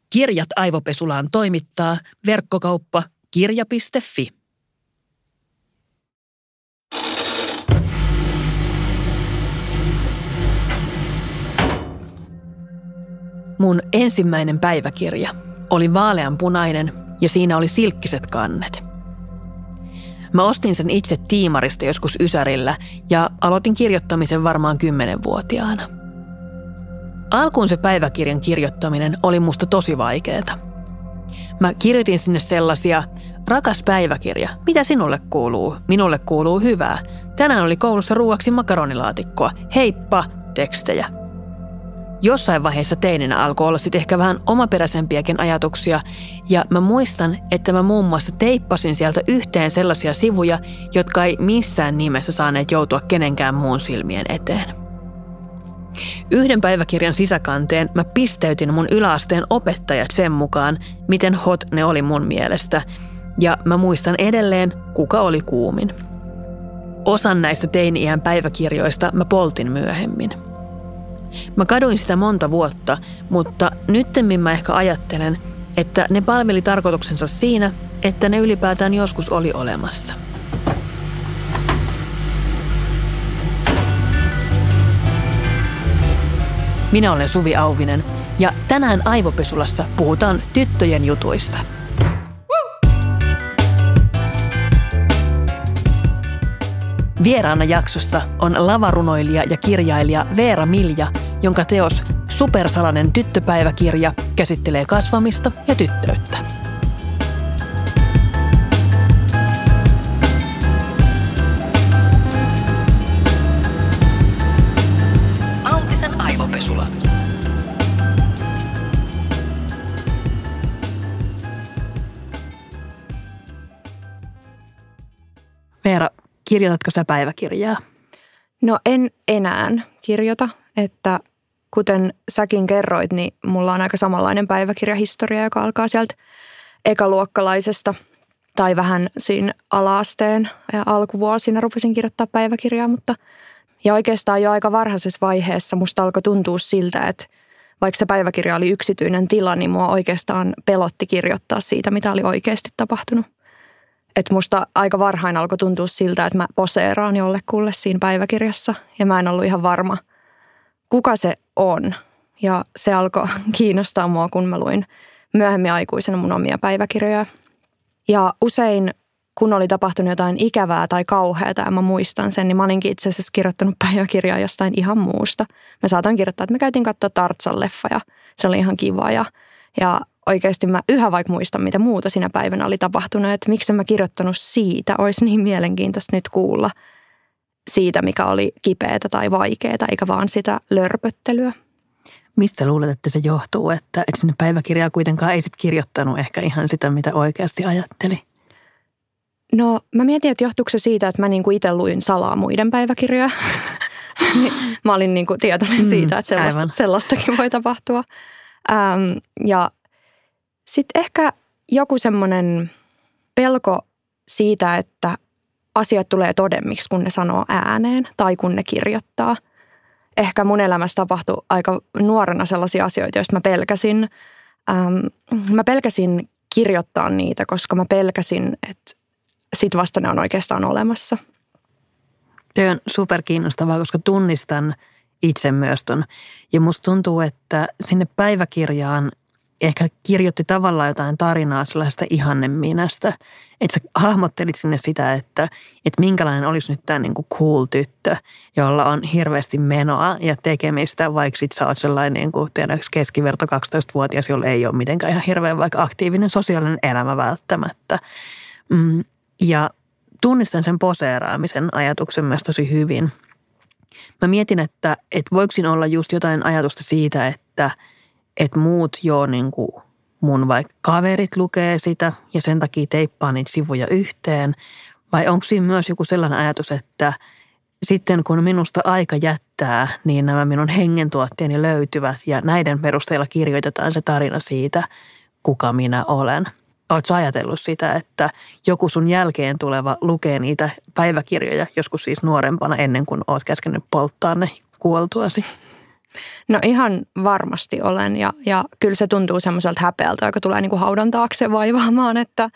Kirjat aivopesulaan toimittaa verkkokauppa kirja.fi. Mun ensimmäinen päiväkirja oli vaaleanpunainen ja siinä oli silkkiset kannet. Mä ostin sen itse tiimarista joskus Ysärillä ja aloitin kirjoittamisen varmaan 10-vuotiaana. Alkuun se päiväkirjan kirjoittaminen oli musta tosi vaikeeta. Mä kirjoitin sinne sellaisia: rakas päiväkirja, mitä sinulle kuuluu? Minulle kuuluu hyvää. Tänään oli koulussa ruuaksi makaronilaatikkoa. Heippa, tekstejä. Jossain vaiheessa teininä alkoi olla sitten ehkä vähän omaperäisempiäkin ajatuksia, ja mä muistan, että mä muun muassa teippasin sieltä yhteen sellaisia sivuja, jotka ei missään nimessä saaneet joutua kenenkään muun silmien eteen. Yhden päiväkirjan sisäkanteen mä pisteytin mun yläasteen opettajat sen mukaan, miten hot ne oli mun mielestä, ja mä muistan edelleen, kuka oli kuumin. Osan näistä teini-iän päiväkirjoista mä poltin myöhemmin. Mä kaduin sitä monta vuotta, mutta nyttemmin mä ehkä ajattelen, että ne palveli tarkoituksensa siinä, että ne ylipäätään joskus oli olemassa. Minä olen Suvi Auvinen ja tänään Aivopesulassa puhutaan tyttöjen jutuista. Vieraana jaksossa on lavarunoilija ja kirjailija Veera Milja, jonka teos Supersalainen tyttöpäiväkirja käsittelee kasvamista ja tyttöyttä. Auvisen aivopesula. Veera, kirjoitatko sä päiväkirjaa? No en enää kirjoita, että kuten säkin kerroit, niin mulla on aika samanlainen päiväkirjahistoria, joka alkaa sieltä ekaluokkalaisesta tai vähän siinä ala-asteen ja alkuvuosina rupesin kirjoittaa päiväkirjaa, mutta ja oikeastaan jo aika varhaisessa vaiheessa musta alkoi tuntua siltä, että vaikka se päiväkirja oli yksityinen tila, niin mua oikeastaan pelotti kirjoittaa siitä, mitä oli oikeasti tapahtunut. Että musta aika varhain alkoi tuntua siltä, että mä poseeraan jollekulle siinä päiväkirjassa ja mä en ollut ihan varma, kuka se on. Ja se alkoi kiinnostaa mua, kun mä luin myöhemmin aikuisena mun omia päiväkirjoja. Ja usein, kun oli tapahtunut jotain ikävää tai kauheata ja mä muistan sen, niin mä olinkin itse asiassa kirjoittanut päiväkirjaa jostain ihan muusta. Mä saatan kirjoittaa, että me käytiin katsoa Tarzan-leffa ja se oli ihan kiva ja oikeasti mä yhä vaikka muistan, mitä muuta siinä päivänä oli tapahtunut, että miksi mä kirjoittanut siitä. Olisi niin mielenkiintoista nyt kuulla siitä, mikä oli kipeätä tai vaikeaa, eikä vaan sitä lörpöttelyä. Mistä luulet, että se johtuu, että sinne päiväkirjaa kuitenkaan ei sit kirjoittanut ehkä ihan sitä, mitä oikeasti ajatteli? No mä mietin, että johtuuko se siitä, että mä niinku itse luin salaa muiden päiväkirjoja. Mä olin niinku tietoinen siitä, että sellaistakin voi tapahtua. Ja sitten ehkä joku semmoinen pelko siitä, että asiat tulee todemmiksi, kun ne sanoo ääneen tai kun ne kirjoittaa. Ehkä mun elämässä tapahtui aika nuorena sellaisia asioita, joista mä pelkäsin. Mä pelkäsin kirjoittaa niitä, koska mä pelkäsin, että sit vasta ne on oikeastaan olemassa. Työ on superkiinnostavaa, koska tunnistan itse myös ton. Ja musta tuntuu, että sinne päiväkirjaan ehkä kirjoitti tavallaan jotain tarinaa sellaisesta ihanneminästä. Että sä hahmottelit sinne sitä, että minkälainen olisi nyt tämä niinku cool tyttö, jolla on hirveästi menoa ja tekemistä, vaikka sit sä oot sellainen niinku, keskiverto 12-vuotias, jolla ei ole mitenkään ihan hirveän vaikka aktiivinen sosiaalinen elämä välttämättä. Ja tunnistan sen poseeraamisen ajatuksen myös tosi hyvin. Mä mietin, että voiko siinä olla just jotain ajatusta siitä, että muut jo niin kuin mun vaikka kaverit lukee sitä ja sen takia teippaa niitä sivuja yhteen. Vai onko siinä myös joku sellainen ajatus, että sitten kun minusta aika jättää, niin nämä minun hengentuotteeni löytyvät ja näiden perusteella kirjoitetaan se tarina siitä, kuka minä olen. Oletko ajatellut sitä, että joku sun jälkeen tuleva lukee niitä päiväkirjoja, joskus siis nuorempana ennen kuin olet käskenyt polttaa ne kuoltuasi? No ihan varmasti olen ja kyllä se tuntuu semmoiselta häpeältä, joka tulee niin kuin haudan taakse vaivaamaan, että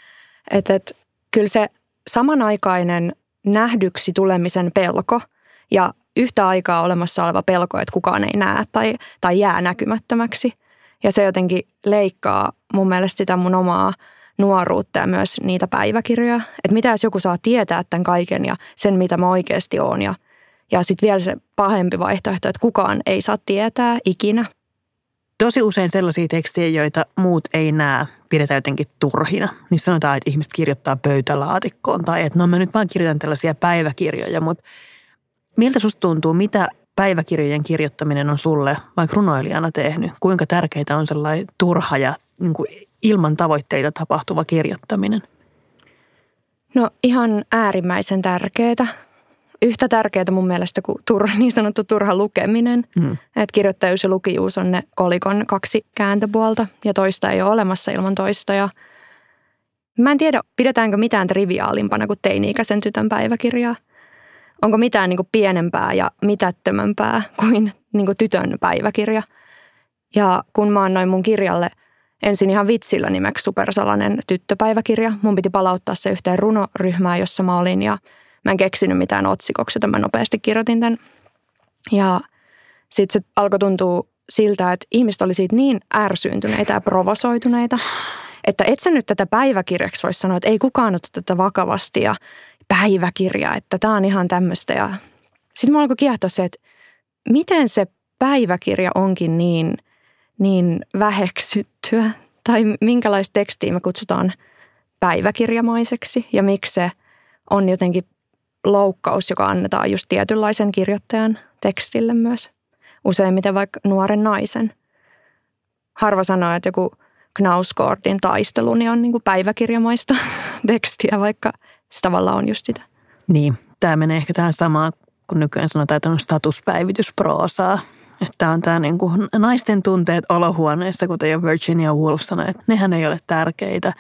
kyllä se samanaikainen nähdyksi tulemisen pelko ja yhtä aikaa olemassa oleva pelko, että kukaan ei näe tai jää näkymättömäksi. Ja se jotenkin leikkaa mun mielestä sitä mun omaa nuoruutta ja myös niitä päiväkirjoja. Että mitä jos joku saa tietää tämän kaiken ja sen, mitä mä oikeasti oon. Ja sitten vielä se pahempi vaihtoehto, että kukaan ei saa tietää ikinä. Tosi usein sellaisia tekstejä, joita muut ei näe, pidetään jotenkin turhina. Niin sanotaan, että ihmiset kirjoittaa pöytälaatikkoon tai että no mä nyt vaan kirjoitan tällaisia päiväkirjoja. Mutta miltä susta tuntuu, mitä päiväkirjojen kirjoittaminen on sulle vaikka runoilijana tehnyt? Kuinka tärkeää on sellainen turha ja niin kuin ilman tavoitteita tapahtuva kirjoittaminen? No ihan äärimmäisen tärkeää. Yhtä tärkeää mun mielestä kuin niin sanottu turha lukeminen. Että kirjoittajuus ja lukijuus on ne kolikon kaksi kääntöpuolta ja toista ei ole olemassa ilman toista. Ja mä en tiedä, pidetäänkö mitään triviaalimpana kuin teini-ikäisen tytön päiväkirjaa. Onko mitään niin kuin pienempää ja mitättömämpää kuin, tytön päiväkirja. Ja kun mä annoin mun kirjalle ensin ihan vitsillä nimeksi supersalainen tyttöpäiväkirja, mun piti palauttaa se yhteen runoryhmään, jossa mä olin ja mä en keksinyt mitään otsikoksi, joten mä nopeasti kirjoitin tämän. Ja sitten se alkoi tuntua siltä, että ihmiset oli siitä niin ärsyyntyneitä ja provosoituneita, että et sä nyt tätä päiväkirjaksi voisi sanoa, että ei kukaan ota tätä vakavasti ja päiväkirja, että tää on ihan tämmöistä. Ja sitten mä alkoi kiehtoa se, että miten se päiväkirja onkin niin väheksyttyä tai minkälaista tekstiä me kutsutaan päiväkirjamaiseksi ja miksi se on jotenkin loukkaus, joka annetaan just tietynlaisen kirjoittajan tekstille myös. Useimmiten vaikka nuoren naisen. Harva sanoo, että joku Knausgårdin taistelu niin on niin kuin päiväkirjamaista tekstiä, vaikka se tavallaan on just sitä. Niin, tämä menee ehkä tähän samaan, kun nykyään sanotaan, että on statuspäivitysproosaa. Että on tämä niin kuin naisten tunteet olohuoneessa, kuten jo Virginia Woolf sanoi, että nehän ei ole tärkeitä.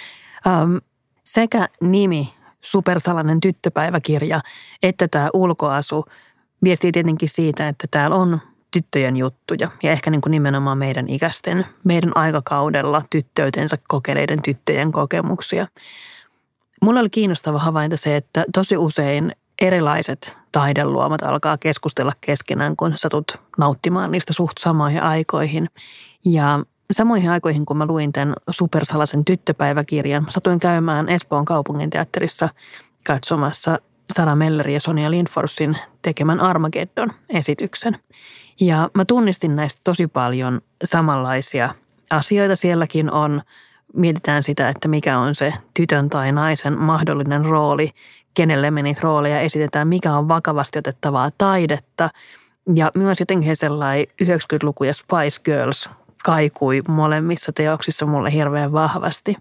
Sekä nimi supersalainen tyttöpäiväkirja, että tämä ulkoasu viestii tietenkin siitä, että täällä on tyttöjen juttuja ja ehkä niin kuin nimenomaan meidän ikäisten, meidän aikakaudella tyttöytensä kokeneiden tyttöjen kokemuksia. Mulla oli kiinnostava havainto se, että tosi usein erilaiset taideluomat alkaa keskustella keskenään, kun satut nauttimaan niistä suht samoihin aikoihin. Ja samoihin aikoihin, kun mä luin tämän supersalaisen tyttöpäiväkirjan, mä satuin käymään Espoon kaupunginteatterissa katsomassa Sara Mellerin ja Sonja Lindforsin tekemän Armageddon-esityksen. Ja mä tunnistin näistä tosi paljon samanlaisia asioita. Sielläkin mietitään sitä, että mikä on se tytön tai naisen mahdollinen rooli, kenelle me niitä rooleja esitetään, mikä on vakavasti otettavaa taidetta. Ja myös jotenkin sellainen 90-luku ja Spice Girls kaikui molemmissa teoksissa mulle hirveän vahvasti.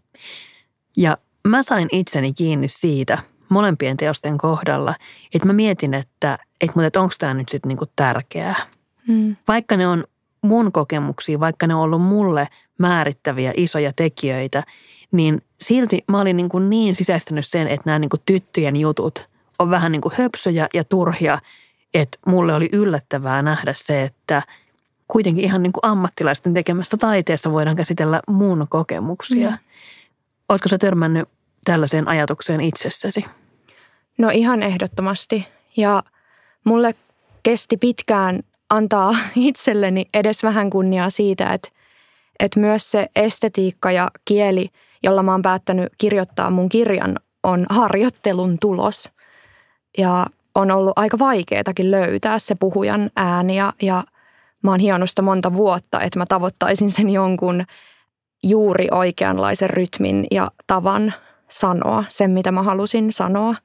Ja mä sain itseni kiinni siitä molempien teosten kohdalla, että mä mietin, että onko tämä nyt sitten niinku tärkeää. Vaikka ne on mun kokemuksia, vaikka ne on ollut mulle määrittäviä isoja tekijöitä, niin silti mä olin niin sisäistänyt sen, että nämä tyttöjen jutut on vähän höpsöjä ja turhia, että mulle oli yllättävää nähdä se, että kuitenkin ihan ammattilaisten tekemässä taiteessa voidaan käsitellä mun kokemuksia. Ootko sä törmännyt tällaiseen ajatukseen itsessäsi? No ihan ehdottomasti. Ja mulle kesti pitkään antaa itselleni edes vähän kunniaa siitä, että myös se estetiikka ja kieli, jolla mä oon päättänyt kirjoittaa mun kirjan, on harjoittelun tulos. Ja on ollut aika vaikeatakin löytää se puhujan ääni ja mä oon hionut sitä monta vuotta, että mä tavoittaisin sen jonkun juuri oikeanlaisen rytmin ja tavan sanoa sen, mitä mä halusin sanoa.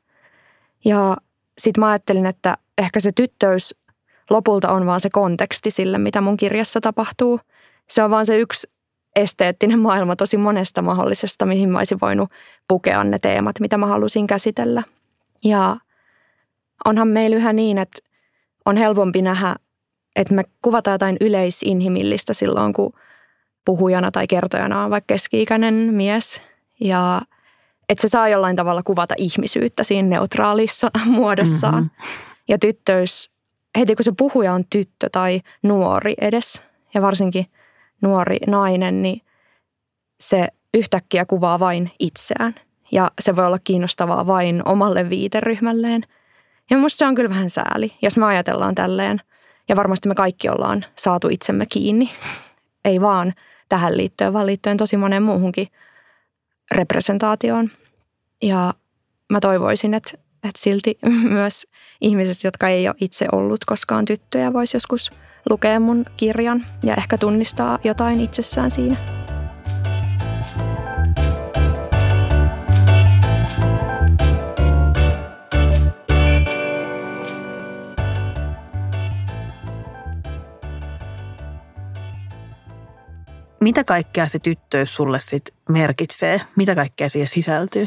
Ja sit mä ajattelin, että ehkä se tyttöys lopulta on vaan se konteksti sille, mitä mun kirjassa tapahtuu. Se on vaan se yksi esteettinen maailma tosi monesta mahdollisesta, mihin mä olisin voinut pukea ne teemat, mitä mä halusin käsitellä. Ja onhan meillä yhä niin, että on helpompi nähdä, että me kuvataan jotain yleisinhimillistä silloin, kun puhujana tai kertojana on vaikka keski-ikäinen mies. Ja että se saa jollain tavalla kuvata ihmisyyttä siinä neutraalissa muodossaan. Ja tyttöys heti kun se puhuja on tyttö tai nuori edes, ja varsinkin nuori nainen, niin se yhtäkkiä kuvaa vain itseään. Ja se voi olla kiinnostavaa vain omalle viiteryhmälleen. Ja musta se on kyllä vähän sääli, jos me ajatellaan tälleen. Ja varmasti me kaikki ollaan saatu itsemme kiinni. Ei vaan tähän liittyen, vaan liittyen tosi moneen muuhunkin representaatioon. Ja mä toivoisin, että silti myös ihmiset, jotka ei ole itse ollut koskaan tyttöjä, vois joskus lukea mun kirjan ja ehkä tunnistaa jotain itsessään siinä. Mitä kaikkea se tyttöys sulle sit merkitsee? Mitä kaikkea siihen sisältyy?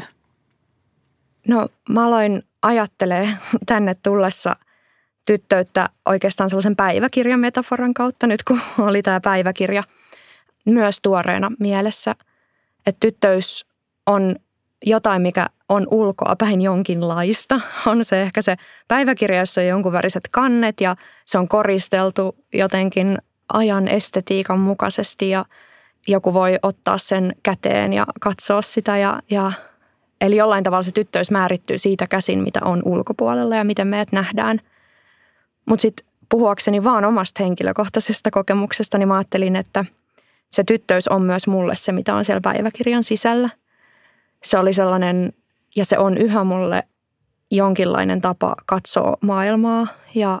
No mä aloin ajattelemaan tänne tullessa tyttöyttä oikeastaan sellaisen päiväkirjan metaforan kautta, nyt kun oli tämä päiväkirja myös tuoreena mielessä. Että tyttöys on jotain, mikä on ulkoa päin jonkinlaista. On se ehkä se päiväkirja, jossa on jonkun väriset kannet ja se on koristeltu jotenkin ajan estetiikan mukaisesti ja joku voi ottaa sen käteen ja katsoa sitä. Eli jollain tavalla se tyttöys määrittyy siitä käsin, mitä on ulkopuolella ja miten meidät nähdään. Mutta sitten puhuakseni vaan omasta henkilökohtaisesta kokemuksesta, niin mä ajattelin, että se tyttöys on myös mulle se, mitä on siellä päiväkirjan sisällä. Se oli sellainen, ja se on yhä mulle jonkinlainen tapa katsoa maailmaa ja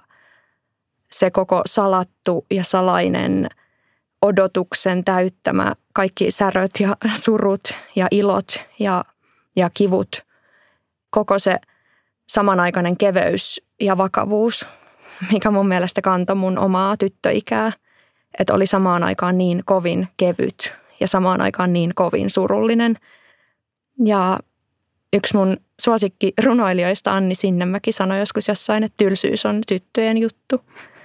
se koko salattu ja salainen odotuksen täyttämä kaikki säröt ja surut ja ilot ja kivut. Koko se samanaikainen keveys ja vakavuus, mikä mun mielestä kantoi mun omaa tyttöikää. Että oli samaan aikaan niin kovin kevyt ja samaan aikaan niin kovin surullinen. Ja yksi mun suosikkirunoilijoista Anni Sinnemäki sanoi joskus jossain, että tylsyys on tyttöjen juttu.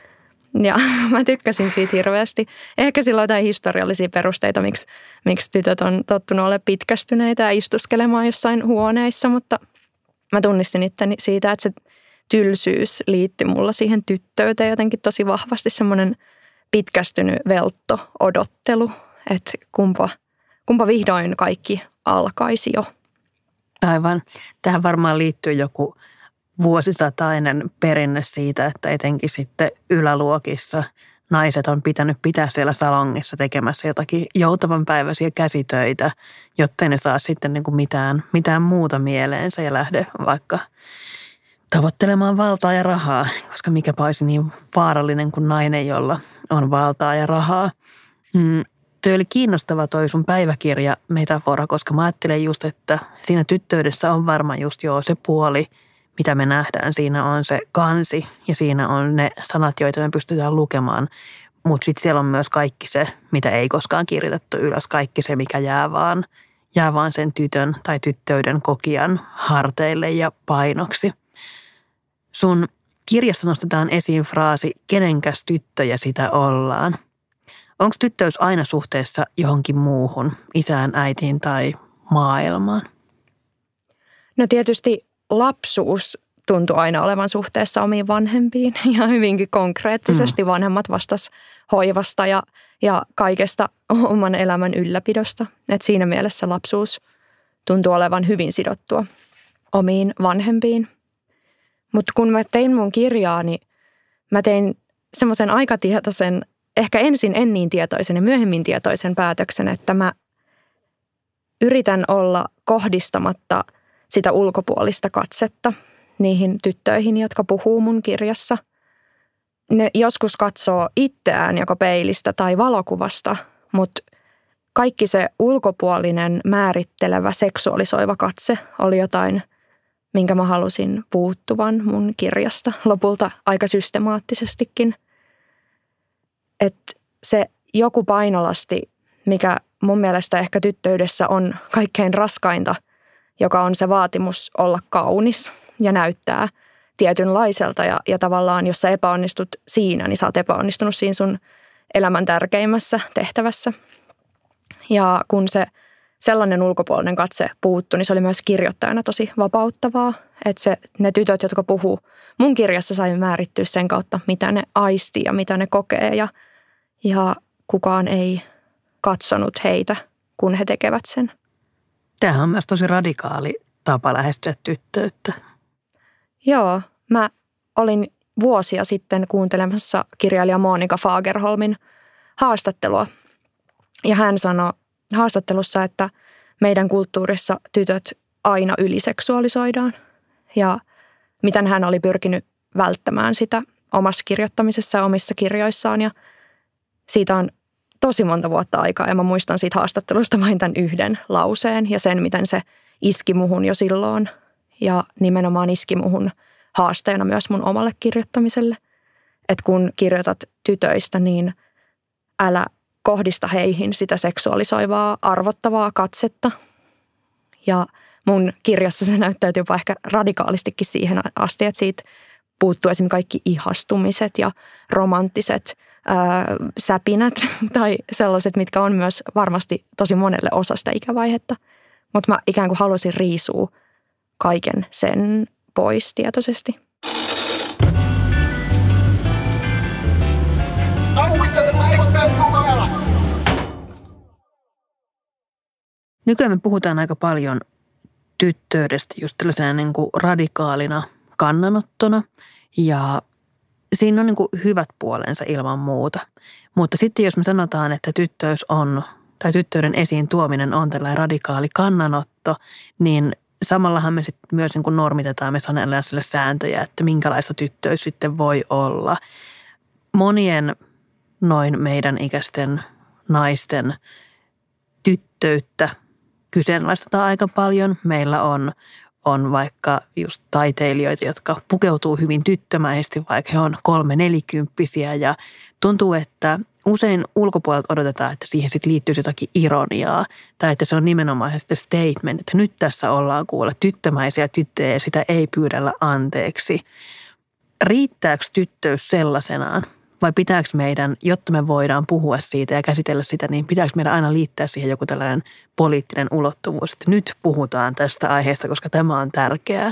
Ja mä tykkäsin siitä hirveästi. Ehkä sillä on jotain historiallisia perusteita, miksi tytöt on tottunut olemaan pitkästyneitä ja istuskelemaan jossain huoneissa, mutta mä tunnistin itteni siitä, että se tylsyys liittyi mulla siihen tyttöyteen jotenkin tosi vahvasti, semmoinen pitkästynyt veltto odottelu, että kumpa vihdoin kaikki alkaisi jo. Aivan. Tähän varmaan liittyy joku vuosisatainen perinne siitä, että etenkin sitten yläluokissa naiset on pitänyt pitää siellä salongissa tekemässä jotakin joutavan päiväisiä käsitöitä, jotta ne saa sitten niin kuin mitään muuta mieleensä ja lähde vaikka tavoittelemaan valtaa ja rahaa, koska mikäpä olisi niin vaarallinen kuin nainen, jolla on valtaa ja rahaa. Tuo oli kiinnostava toi sun päiväkirja-metafora, koska mä ajattelen just, että siinä tyttöydessä on varmaan just se puoli, mitä me nähdään. Siinä on se kansi ja siinä on ne sanat, joita me pystytään lukemaan. Mutta sitten siellä on myös kaikki se, mitä ei koskaan kirjoitettu ylös. Kaikki se, mikä jää vaan sen tytön tai tyttöyden kokijan harteille ja painoksi. Sun kirjassa nostetaan esiin fraasi, kenenkäs tyttöjä sitä ollaan. Onko tyttöys aina suhteessa johonkin muuhun, isään, äitiin tai maailmaan? No tietysti lapsuus tuntui aina olevan suhteessa omiin vanhempiin ja hyvinkin konkreettisesti vanhemmat vastas hoivasta ja kaikesta oman elämän ylläpidosta. Et siinä mielessä lapsuus tuntui olevan hyvin sidottua omiin vanhempiin. Mutta kun mä tein mun kirjaa, niin mä tein semmoisen aikatietoisen, ehkä ensin en niin tietoisen ja myöhemmin tietoisen päätöksen, että mä yritän olla kohdistamatta sitä ulkopuolista katsetta niihin tyttöihin, jotka puhuu mun kirjassa. Ne joskus katsoo itseään joko peilistä tai valokuvasta, mutta kaikki se ulkopuolinen määrittelevä seksuaalisoiva katse oli jotain, minkä mä halusin puuttuvan mun kirjasta lopulta aika systemaattisestikin. Että se joku painolasti, mikä mun mielestä ehkä tyttöydessä on kaikkein raskainta, joka on se vaatimus olla kaunis ja näyttää tietynlaiselta. Ja tavallaan, jos sä epäonnistut siinä, niin sä oot epäonnistunut siinä sun elämän tärkeimmässä tehtävässä. Ja kun se sellainen ulkopuolinen katse puuttu, niin se oli myös kirjoittajana tosi vapauttavaa. Että ne tytöt, jotka puhuu mun kirjassa, sai määrittyä sen kautta, mitä ne aistii ja mitä ne kokee. Ja kukaan ei katsonut heitä, kun he tekevät sen. Tämähän on myös tosi radikaali tapa lähestyä tyttöyttä. Joo, mä olin vuosia sitten kuuntelemassa kirjailija Monika Fagerholmin haastattelua. Ja hän sanoi haastattelussa, että meidän kulttuurissa tytöt aina yliseksuaalisoidaan. Ja miten hän oli pyrkinyt välttämään sitä omassa kirjoittamisessa ja omissa kirjoissaan. Ja siitä on tosi monta vuotta aikaa ja mä muistan siitä haastattelusta vain tämän yhden lauseen ja sen, miten se iski muhun jo silloin. Ja nimenomaan iski muhun haasteena myös mun omalle kirjoittamiselle. Että kun kirjoitat tytöistä, niin älä kohdista heihin sitä seksuaalisoivaa, arvottavaa katsetta. Ja mun kirjassa se näyttäytyy jopa ehkä radikaalistikin siihen asti, että siitä puuttuu esimerkiksi kaikki ihastumiset ja romanttiset säpinät tai sellaiset, mitkä on myös varmasti tosi monelle osa sitä ikävaihetta. Mutta mä ikään kuin halusin riisua kaiken sen pois tietoisesti. Nykyään me puhutaan aika paljon tyttöydestä just tällaisena niin kuin radikaalina kannanottona ja siinä on niin kuin hyvät puolensa ilman muuta. Mutta sitten jos me sanotaan, että tyttöys on tai tyttöyden esiin tuominen on tällainen radikaali kannanotto, niin samallahan me sitten myös niin kuin normitetaan, me sanellaan sille sääntöjä, että minkälaista tyttöys sitten voi olla. Monien noin meidän ikäisten naisten tyttöyttä kyseenalaistetaan aika paljon. Meillä on vaikka just taiteilijoita, jotka pukeutuu hyvin tyttömäisesti, vaikka he on 3-40-vuotiaita ja tuntuu, että usein ulkopuolelta odotetaan, että siihen sitten liittyy jotakin ironiaa tai että se on nimenomaisesti statement, että nyt tässä ollaan kuulla tyttömäisiä tyttöjä ja sitä ei pyydellä anteeksi. Riittääkö tyttöys sellaisenaan vai pitääkö meidän, jotta me voidaan puhua siitä ja käsitellä sitä, niin pitääkö meidän aina liittää siihen joku tällainen poliittinen ulottuvuus, että nyt puhutaan tästä aiheesta, koska tämä on tärkeää?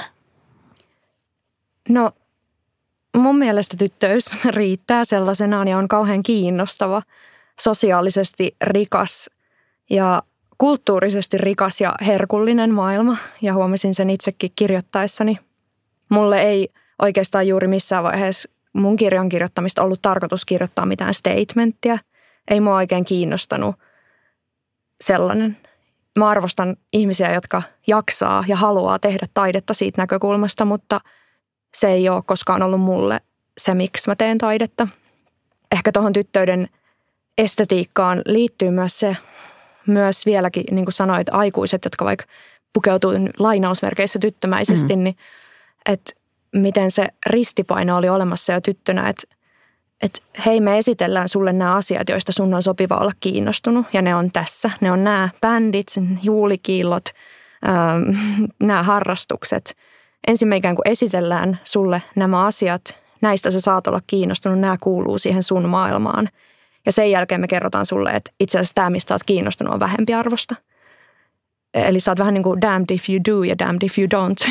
No mun mielestä tyttöys riittää sellaisenaan ja on kauhean kiinnostava, sosiaalisesti rikas ja kulttuurisesti rikas ja herkullinen maailma. Ja huomasin sen itsekin kirjoittaessani. Mulle ei oikeastaan juuri missään vaiheessa mun kirjan kirjoittamista ollut tarkoitus kirjoittaa mitään statementtia. Ei mua oikein kiinnostanut sellainen. Mä arvostan ihmisiä, jotka jaksaa ja haluaa tehdä taidetta siitä näkökulmasta, mutta se ei ole koskaan ollut mulle se, miksi mä teen taidetta. Ehkä tuohon tyttöyden estetiikkaan liittyy myös se, myös vieläkin, niin kuin sanoit, aikuiset, jotka vaikka pukeutuu lainausmerkeissä tyttömäisesti, niin että miten se ristipaino oli olemassa jo tyttönä, että hei, me esitellään sulle nämä asiat, joista sun on sopiva olla kiinnostunut ja ne on tässä. Ne on nämä bändit, juulikiillot, nämä harrastukset. Ensin me ikään kuin esitellään sulle nämä asiat, näistä sä saat olla kiinnostunut, nämä kuuluu siihen sun maailmaan. Ja sen jälkeen me kerrotaan sulle, että itse asiassa tämä, mistä sä oot kiinnostunut, on vähempi arvosta. Eli sä oot vähän niin kuin damned if you do ja damned if you don't.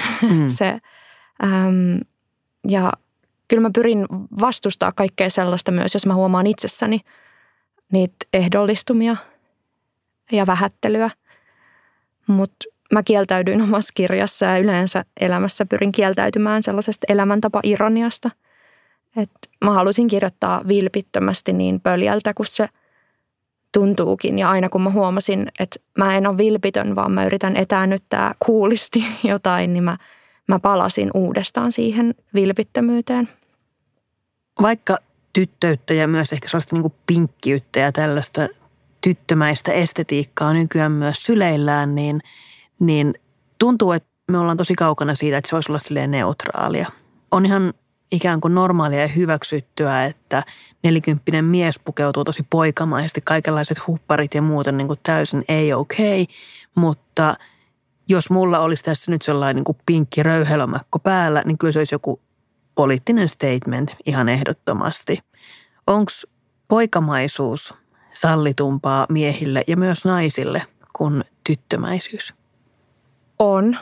Ja kyllä mä pyrin vastustaa kaikkea sellaista myös, jos mä huomaan itsessäni niitä ehdollistumia ja vähättelyä. Mutta mä kieltäydyin omassa kirjassa ja yleensä elämässä pyrin kieltäytymään sellaisesta elämäntapa-ironiasta. Että mä halusin kirjoittaa vilpittömästi niin pöljältä kuin se tuntuukin. Ja aina kun mä huomasin, että mä en ole vilpitön, vaan mä yritän etäännyttää kuulisti jotain, niin mä palasin uudestaan siihen vilpittömyyteen. Vaikka tyttöyttä ja myös ehkä sellaista niin kuin pinkkiyttä ja tällaista tyttömäistä estetiikkaa nykyään myös syleillään, niin tuntuu, että me ollaan tosi kaukana siitä, että se olisi olla silleen neutraalia. On ihan ikään kuin normaalia ja hyväksyttyä, että 40 mies pukeutuu tosi poikamaisesti, kaikenlaiset hupparit ja muuten niin kuin täysin ei okei, mutta jos mulla olisi tässä nyt sellainen niin kuin pinkki röyhelömäkko päällä, niin kyllä se olisi joku poliittinen statement ihan ehdottomasti. Onko poikamaisuus sallitumpaa miehille ja myös naisille kuin tyttömäisyys? On.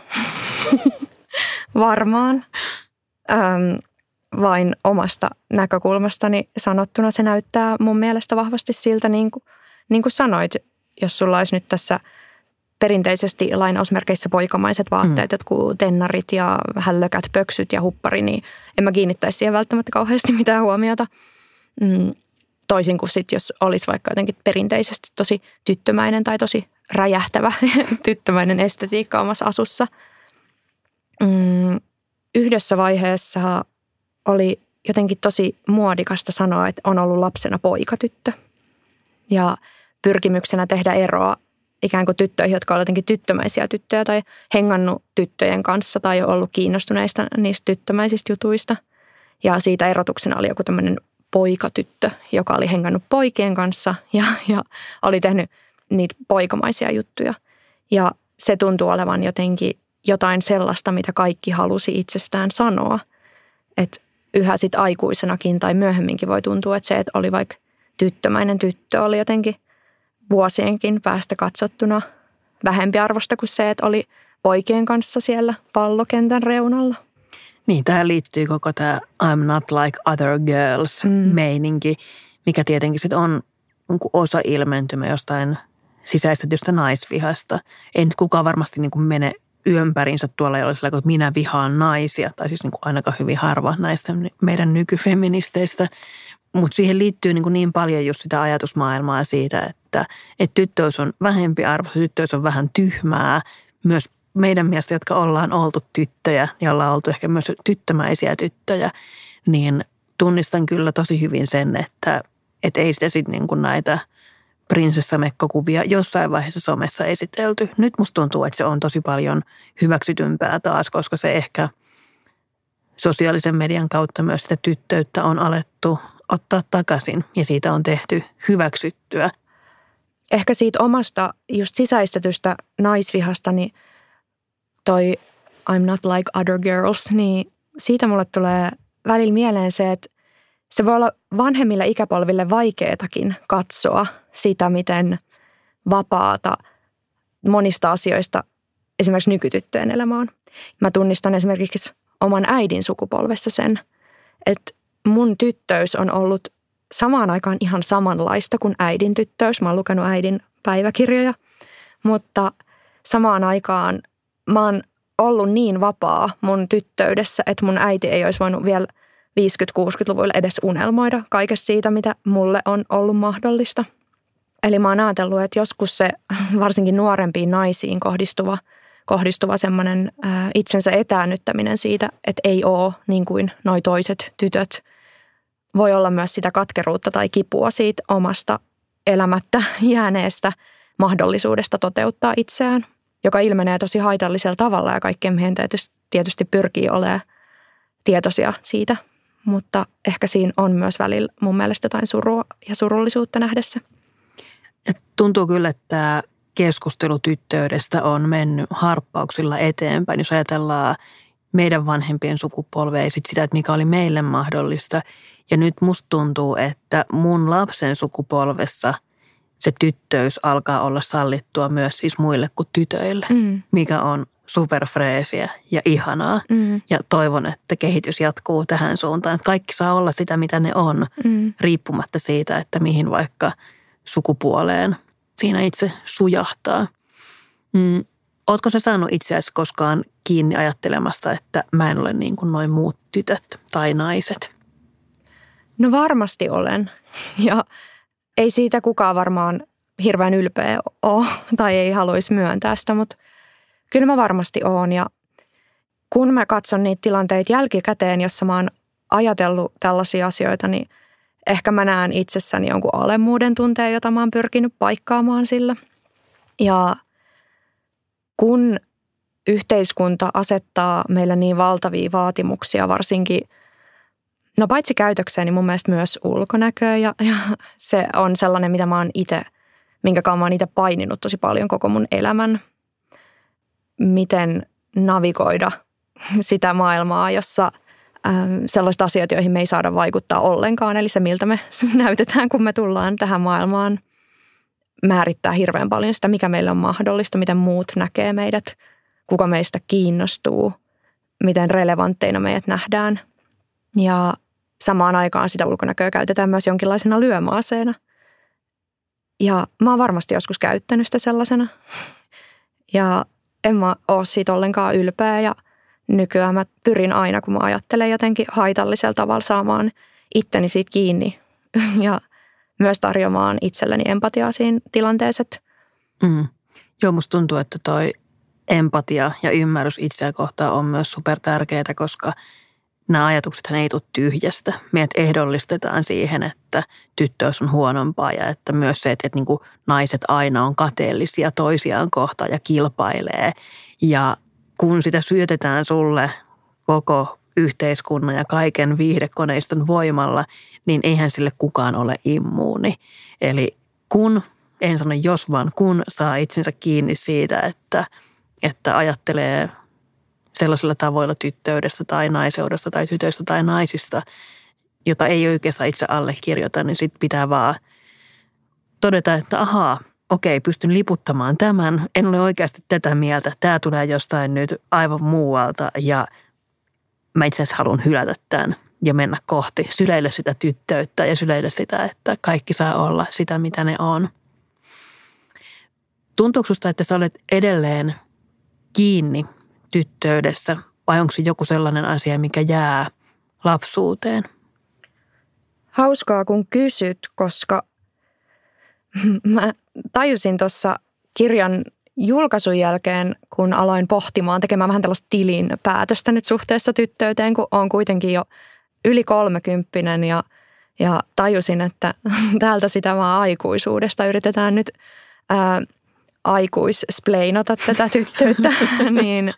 Varmaan. Vain omasta näkökulmastani sanottuna se näyttää mun mielestä vahvasti siltä, niin kuin sanoit, jos sulla olisi nyt tässä perinteisesti lainausmerkeissä poikamaiset vaatteet, jotkut tennarit ja hällökät, pöksyt ja huppari, niin en mä kiinnittäisi siihen välttämättä kauheasti mitään huomiota. Toisin kuin sitten, jos olisi vaikka jotenkin perinteisesti tosi tyttömäinen tai tosi räjähtävä tyttömäinen estetiikka omassa asussa. Yhdessä vaiheessa oli jotenkin tosi muodikasta sanoa, että on ollut lapsena poikatyttö. Ja pyrkimyksenä tehdä eroa ikään kuin tyttöihin, jotka ovat jotenkin tyttömäisiä tyttöjä tai hengannut tyttöjen kanssa tai ollut kiinnostuneista niistä tyttömäisistä jutuista. Ja siitä erotuksena oli joku tämmöinen poikatyttö, joka oli hengannut poikien kanssa ja oli tehnyt niitä poikamaisia juttuja. Ja se tuntuu olevan jotenkin jotain sellaista, mitä kaikki halusi itsestään sanoa. Että yhä sitten aikuisenakin tai myöhemminkin voi tuntua, että se, että oli vaikka tyttömäinen tyttö, oli jotenkin vuosienkin päästä katsottuna vähempi arvosta kuin se, että oli poikien kanssa siellä pallokentän reunalla. Niin, tähän liittyy koko tämä I'm not like other girls -meininki, mikä tietenkin sitten on osa ilmentymä jostain sisäistetystä naisvihasta. Ei nyt kukaan varmasti niin kuin mene ympärinsä tuolla, jolla sillä, että minä vihaan naisia, tai siis niin kuin ainakaan hyvin harva näistä meidän nykyfeministeistä. Mutta siihen liittyy niin paljon just sitä ajatusmaailmaa siitä, että tyttöys on vähempi arvo, tyttöys on vähän tyhmää. Myös meidän mielestä, jotka ollaan oltu tyttöjä ja ollaan oltu ehkä myös tyttömäisiä tyttöjä, niin tunnistan kyllä tosi hyvin sen, että ei sitä sitten niin kuin näitä prinsessamekkokuvia jossain vaiheessa somessa esitelty. Nyt musta tuntuu, että se on tosi paljon hyväksytympää taas, koska se ehkä sosiaalisen median kautta myös sitä tyttöyttä on alettu ottaa takaisin ja siitä on tehty hyväksyttyä. Ehkä siitä omasta just sisäistetystä naisvihasta, niin toi I'm not like other girls, niin siitä mulle tulee välillä mieleen se, että se voi olla vanhemmille ikäpolville vaikeatakin katsoa sitä, miten vapaata monista asioista esimerkiksi nykytyttöjen elämä on. Mä tunnistan esimerkiksi oman äidin sukupolvessa sen, että mun tyttöys on ollut samaan aikaan ihan samanlaista kuin äidin tyttöys. Mä oon lukenut äidin päiväkirjoja, mutta samaan aikaan mä oon ollut niin vapaa mun tyttöydessä, että mun äiti ei olisi voinut vielä 50-60-luvuilla edes unelmoida kaikesta siitä, mitä mulle on ollut mahdollista. Eli mä oon ajatellut, että joskus se varsinkin nuorempiin naisiin kohdistuva semmoinen itsensä etäännyttäminen siitä, että ei ole niin kuin noi toiset tytöt, voi olla myös sitä katkeruutta tai kipua siitä omasta elämättä jääneestä mahdollisuudesta toteuttaa itseään, joka ilmenee tosi haitallisella tavalla ja kaikkien meidän tietysti pyrkii olemaan tietoisia siitä, mutta ehkä siinä on myös välillä mun mielestä jotain surua ja surullisuutta nähdessä. Ja tuntuu kyllä, että keskustelu tyttöydestä on mennyt harppauksilla eteenpäin, jos ajatellaan meidän vanhempien sukupolvea ja sitä, että mikä oli meille mahdollista. Ja nyt musta tuntuu, että mun lapsen sukupolvessa se tyttöys alkaa olla sallittua myös siis muille kuin tytöille, mikä on superfreesiä ja ihanaa. Ja toivon, että kehitys jatkuu tähän suuntaan, että kaikki saa olla sitä, mitä ne on, riippumatta siitä, että mihin vaikka sukupuoleen siinä itse sujahtaa. Ootko sä saanut itseäsi koskaan kiinni ajattelemasta, että mä en ole niin kuin noin muut tytöt tai naiset? No varmasti olen. Ja ei siitä kukaan varmaan hirveän ylpeä ole tai ei haluaisi myöntää sitä, mutta kyllä mä varmasti oon. Ja kun mä katson niitä tilanteita jälkikäteen, jossa mä oon ajatellut tällaisia asioita, niin ehkä mä näen itsessäni jonkun alemmuuden tunteen, jota mä oon pyrkinyt paikkaamaan sillä. Ja kun yhteiskunta asettaa meillä niin valtavia vaatimuksia, varsinkin, no paitsi käytökseen, niin mun mielestä myös ulkonäköön. Ja se on sellainen, mitä mä oon itse, minkäkaan mä oon itse paininut tosi paljon koko mun elämän. Miten navigoida sitä maailmaa, jossa sellaiset asiat, joihin me ei saada vaikuttaa ollenkaan. Eli se, miltä me näytetään, kun me tullaan tähän maailmaan. määrittää hirveän paljon sitä, mikä meille on mahdollista, miten muut näkee meidät, kuka meistä kiinnostuu, miten relevantteina meidät nähdään. Ja samaan aikaan sitä ulkonäköä käytetään myös jonkinlaisena lyömäaseena. Ja mä oon varmasti joskus käyttänyt sitä sellaisena. Ja en mä ole siitä ollenkaan ylpeä ja nykyään mä pyrin aina, kun mä ajattelen jotenkin haitallisella tavalla saamaan itteni siitä kiinni ja myös tarjoamaan itselleni empatiaa siinä tilanteessa. Joo, musta tuntuu, että toi empatia ja ymmärrys itseä kohtaan on myös super tärkeää, koska nämä ajatuksethan ei tule tyhjästä. Meidät ehdollistetaan siihen, että tyttöys on huonompaa ja että myös se, että niin kuin naiset aina on kateellisia toisiaan kohtaan ja kilpailee. Ja kun sitä syötetään sulle koko yhteiskunnan ja kaiken viihdekoneiston voimalla, niin eihän sille kukaan ole immuuni. Eli kun, en sano jos vaan, kun saa itsensä kiinni siitä, että ajattelee sellaisilla tavoilla tyttöydestä tai naiseudesta tai tytöistä tai naisista, jota ei oikeastaan itse allekirjoita, niin sitten pitää vaan todeta, että ahaa, okei, pystyn liputtamaan tämän, en ole oikeasti tätä mieltä, tämä tulee jostain nyt aivan muualta ja mä itse asiassa haluan hylätä tämän ja mennä kohti, syleillä sitä tyttöyttä ja syleillä sitä, että kaikki saa olla sitä, mitä ne on. Tuntuuko susta, että sä olet edelleen kiinni tyttöydessä vai onko se joku sellainen asia, mikä jää lapsuuteen? Hauskaa, kun kysyt, koska mä tajusin tuossa kirjan julkaisun jälkeen, kun aloin pohtimaan, tekemään vähän tällaista tilin päätöstä nyt suhteessa tyttöyteen, kun olen kuitenkin jo yli 30 ja tajusin, että täältä sitä vaan aikuisuudesta yritetään nyt aikuisspleinata tätä tyttöyttä, niin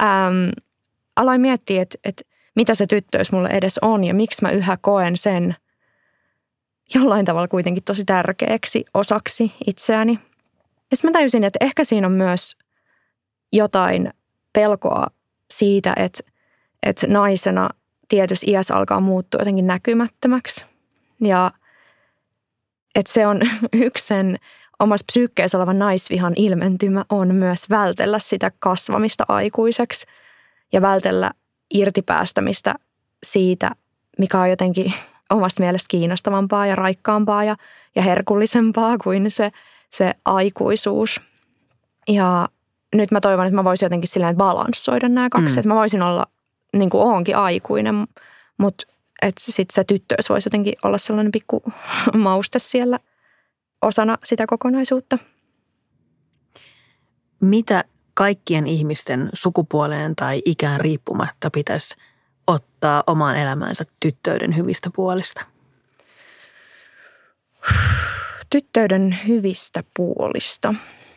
aloin miettiä, että mitä se tyttöys mulle edes on ja miksi mä yhä koen sen jollain tavalla kuitenkin tosi tärkeäksi osaksi itseäni. Ja sitten mä tajusin, että ehkä siinä on myös jotain pelkoa siitä, että naisena tietyssä iässä alkaa muuttua jotenkin näkymättömäksi. Ja että se on yksi sen omassa psyykkeessä olevan naisvihan ilmentymä on myös vältellä sitä kasvamista aikuiseksi ja vältellä irtipäästämistä siitä, mikä on jotenkin omasta mielestä kiinnostavampaa ja raikkaampaa ja herkullisempaa kuin se aikuisuus. Ja nyt mä toivon, että mä voisin jotenkin silleen balanssoida nämä kaksi. Että mä voisin olla, niin kuin oonkin aikuinen, mutta että sitten se tyttöys voisi jotenkin olla sellainen pikku mauste siellä osana sitä kokonaisuutta. Mitä kaikkien ihmisten sukupuoleen tai ikään riippumatta pitäisi ottaa omaan elämäänsä tyttöyden hyvistä puolista? Tyttöyden hyvistä puolista.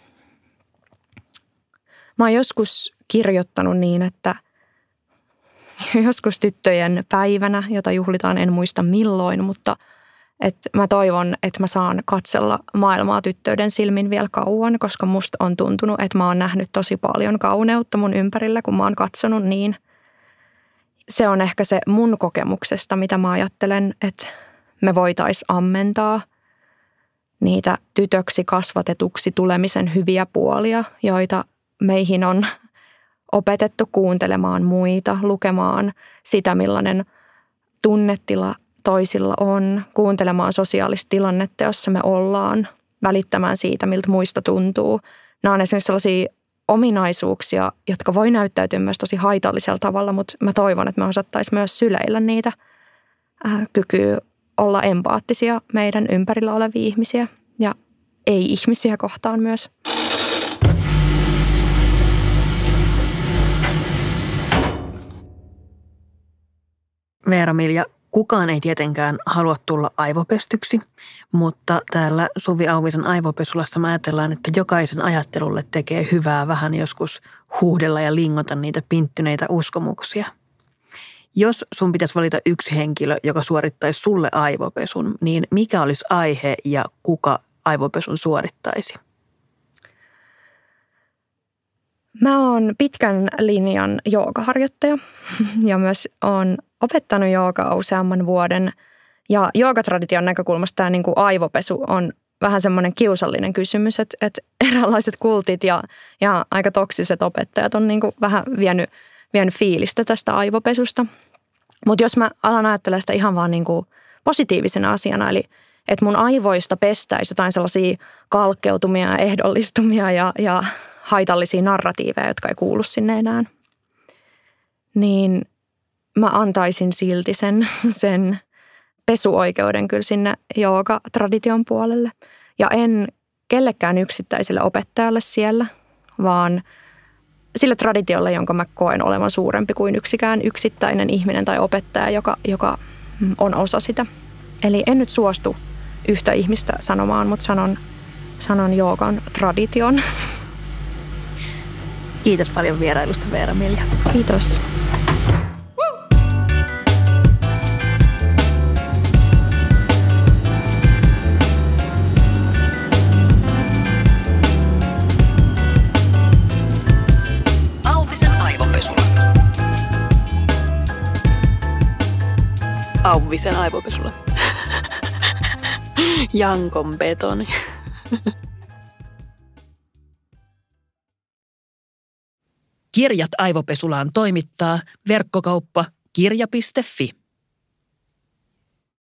Mä oon joskus kirjoittanut niin, että joskus tyttöjen päivänä, jota juhlitaan en muista milloin, mutta että mä toivon, että mä saan katsella maailmaa tyttöyden silmin vielä kauan, koska musta on tuntunut, että mä oon nähnyt tosi paljon kauneutta mun ympärillä, kun mä oon katsonut niin. Se on ehkä se mun kokemuksesta, mitä mä ajattelen, että me voitaisiin ammentaa niitä tytöksi kasvatetuksi tulemisen hyviä puolia, joita meihin on opetettu kuuntelemaan muita, lukemaan sitä, millainen tunnetila toisilla on, kuuntelemaan sosiaalista tilannetta, jossa me ollaan, välittämään siitä, miltä muista tuntuu. Nämä on esimerkiksi sellaisia ominaisuuksia, jotka voi näyttäytyä myös tosi haitallisella tavalla, mutta mä toivon, että me osattaisiin myös syleillä niitä kykyä olla empaattisia meidän ympärillä olevia ihmisiä ja ei-ihmisiä kohtaan myös. Veera-Milja, kukaan ei tietenkään halua tulla aivopestyksi, mutta täällä Suvi Auvisen aivopesulassa me ajatellaan, että jokaisen ajattelulle tekee hyvää vähän joskus huudella ja lingota niitä pinttyneitä uskomuksia. Jos sun pitäisi valita yksi henkilö, joka suorittaisi sulle aivopesun, niin mikä olisi aihe ja kuka aivopesun suorittaisi? Mä oon pitkän linjan joogaharjoittaja ja myös oon opettanut joogaa useamman vuoden. Ja joogatradition näkökulmasta tämä niin kuin aivopesu on vähän semmoinen kiusallinen kysymys, että eräänlaiset kultit ja aika toksiset opettajat on niin kuin vähän vienyt fiilistä tästä aivopesusta. Mutta jos mä alan ajattelemaan sitä ihan vaan niin kuin positiivisena asiana, eli että mun aivoista pestäisi jotain sellaisia kalkkeutumia ja ehdollistumia ja haitallisia narratiiveja, jotka ei kuulu sinne enää, niin mä antaisin silti sen pesuoikeuden kyllä sinne jooga-tradition puolelle. Ja en kellekään yksittäiselle opettajalle siellä, vaan sille traditiolle, jonka mä koen olevan suurempi kuin yksikään yksittäinen ihminen tai opettaja, joka on osa sitä. Eli en nyt suostu yhtä ihmistä sanomaan, mutta sanon joogan tradition. Kiitos paljon vierailusta, Veera-Milja. Kiitos. Auvisen aivopesulla. Jankon betoni. Kirjat aivopesulaan toimittaa verkkokauppa kirja.fi.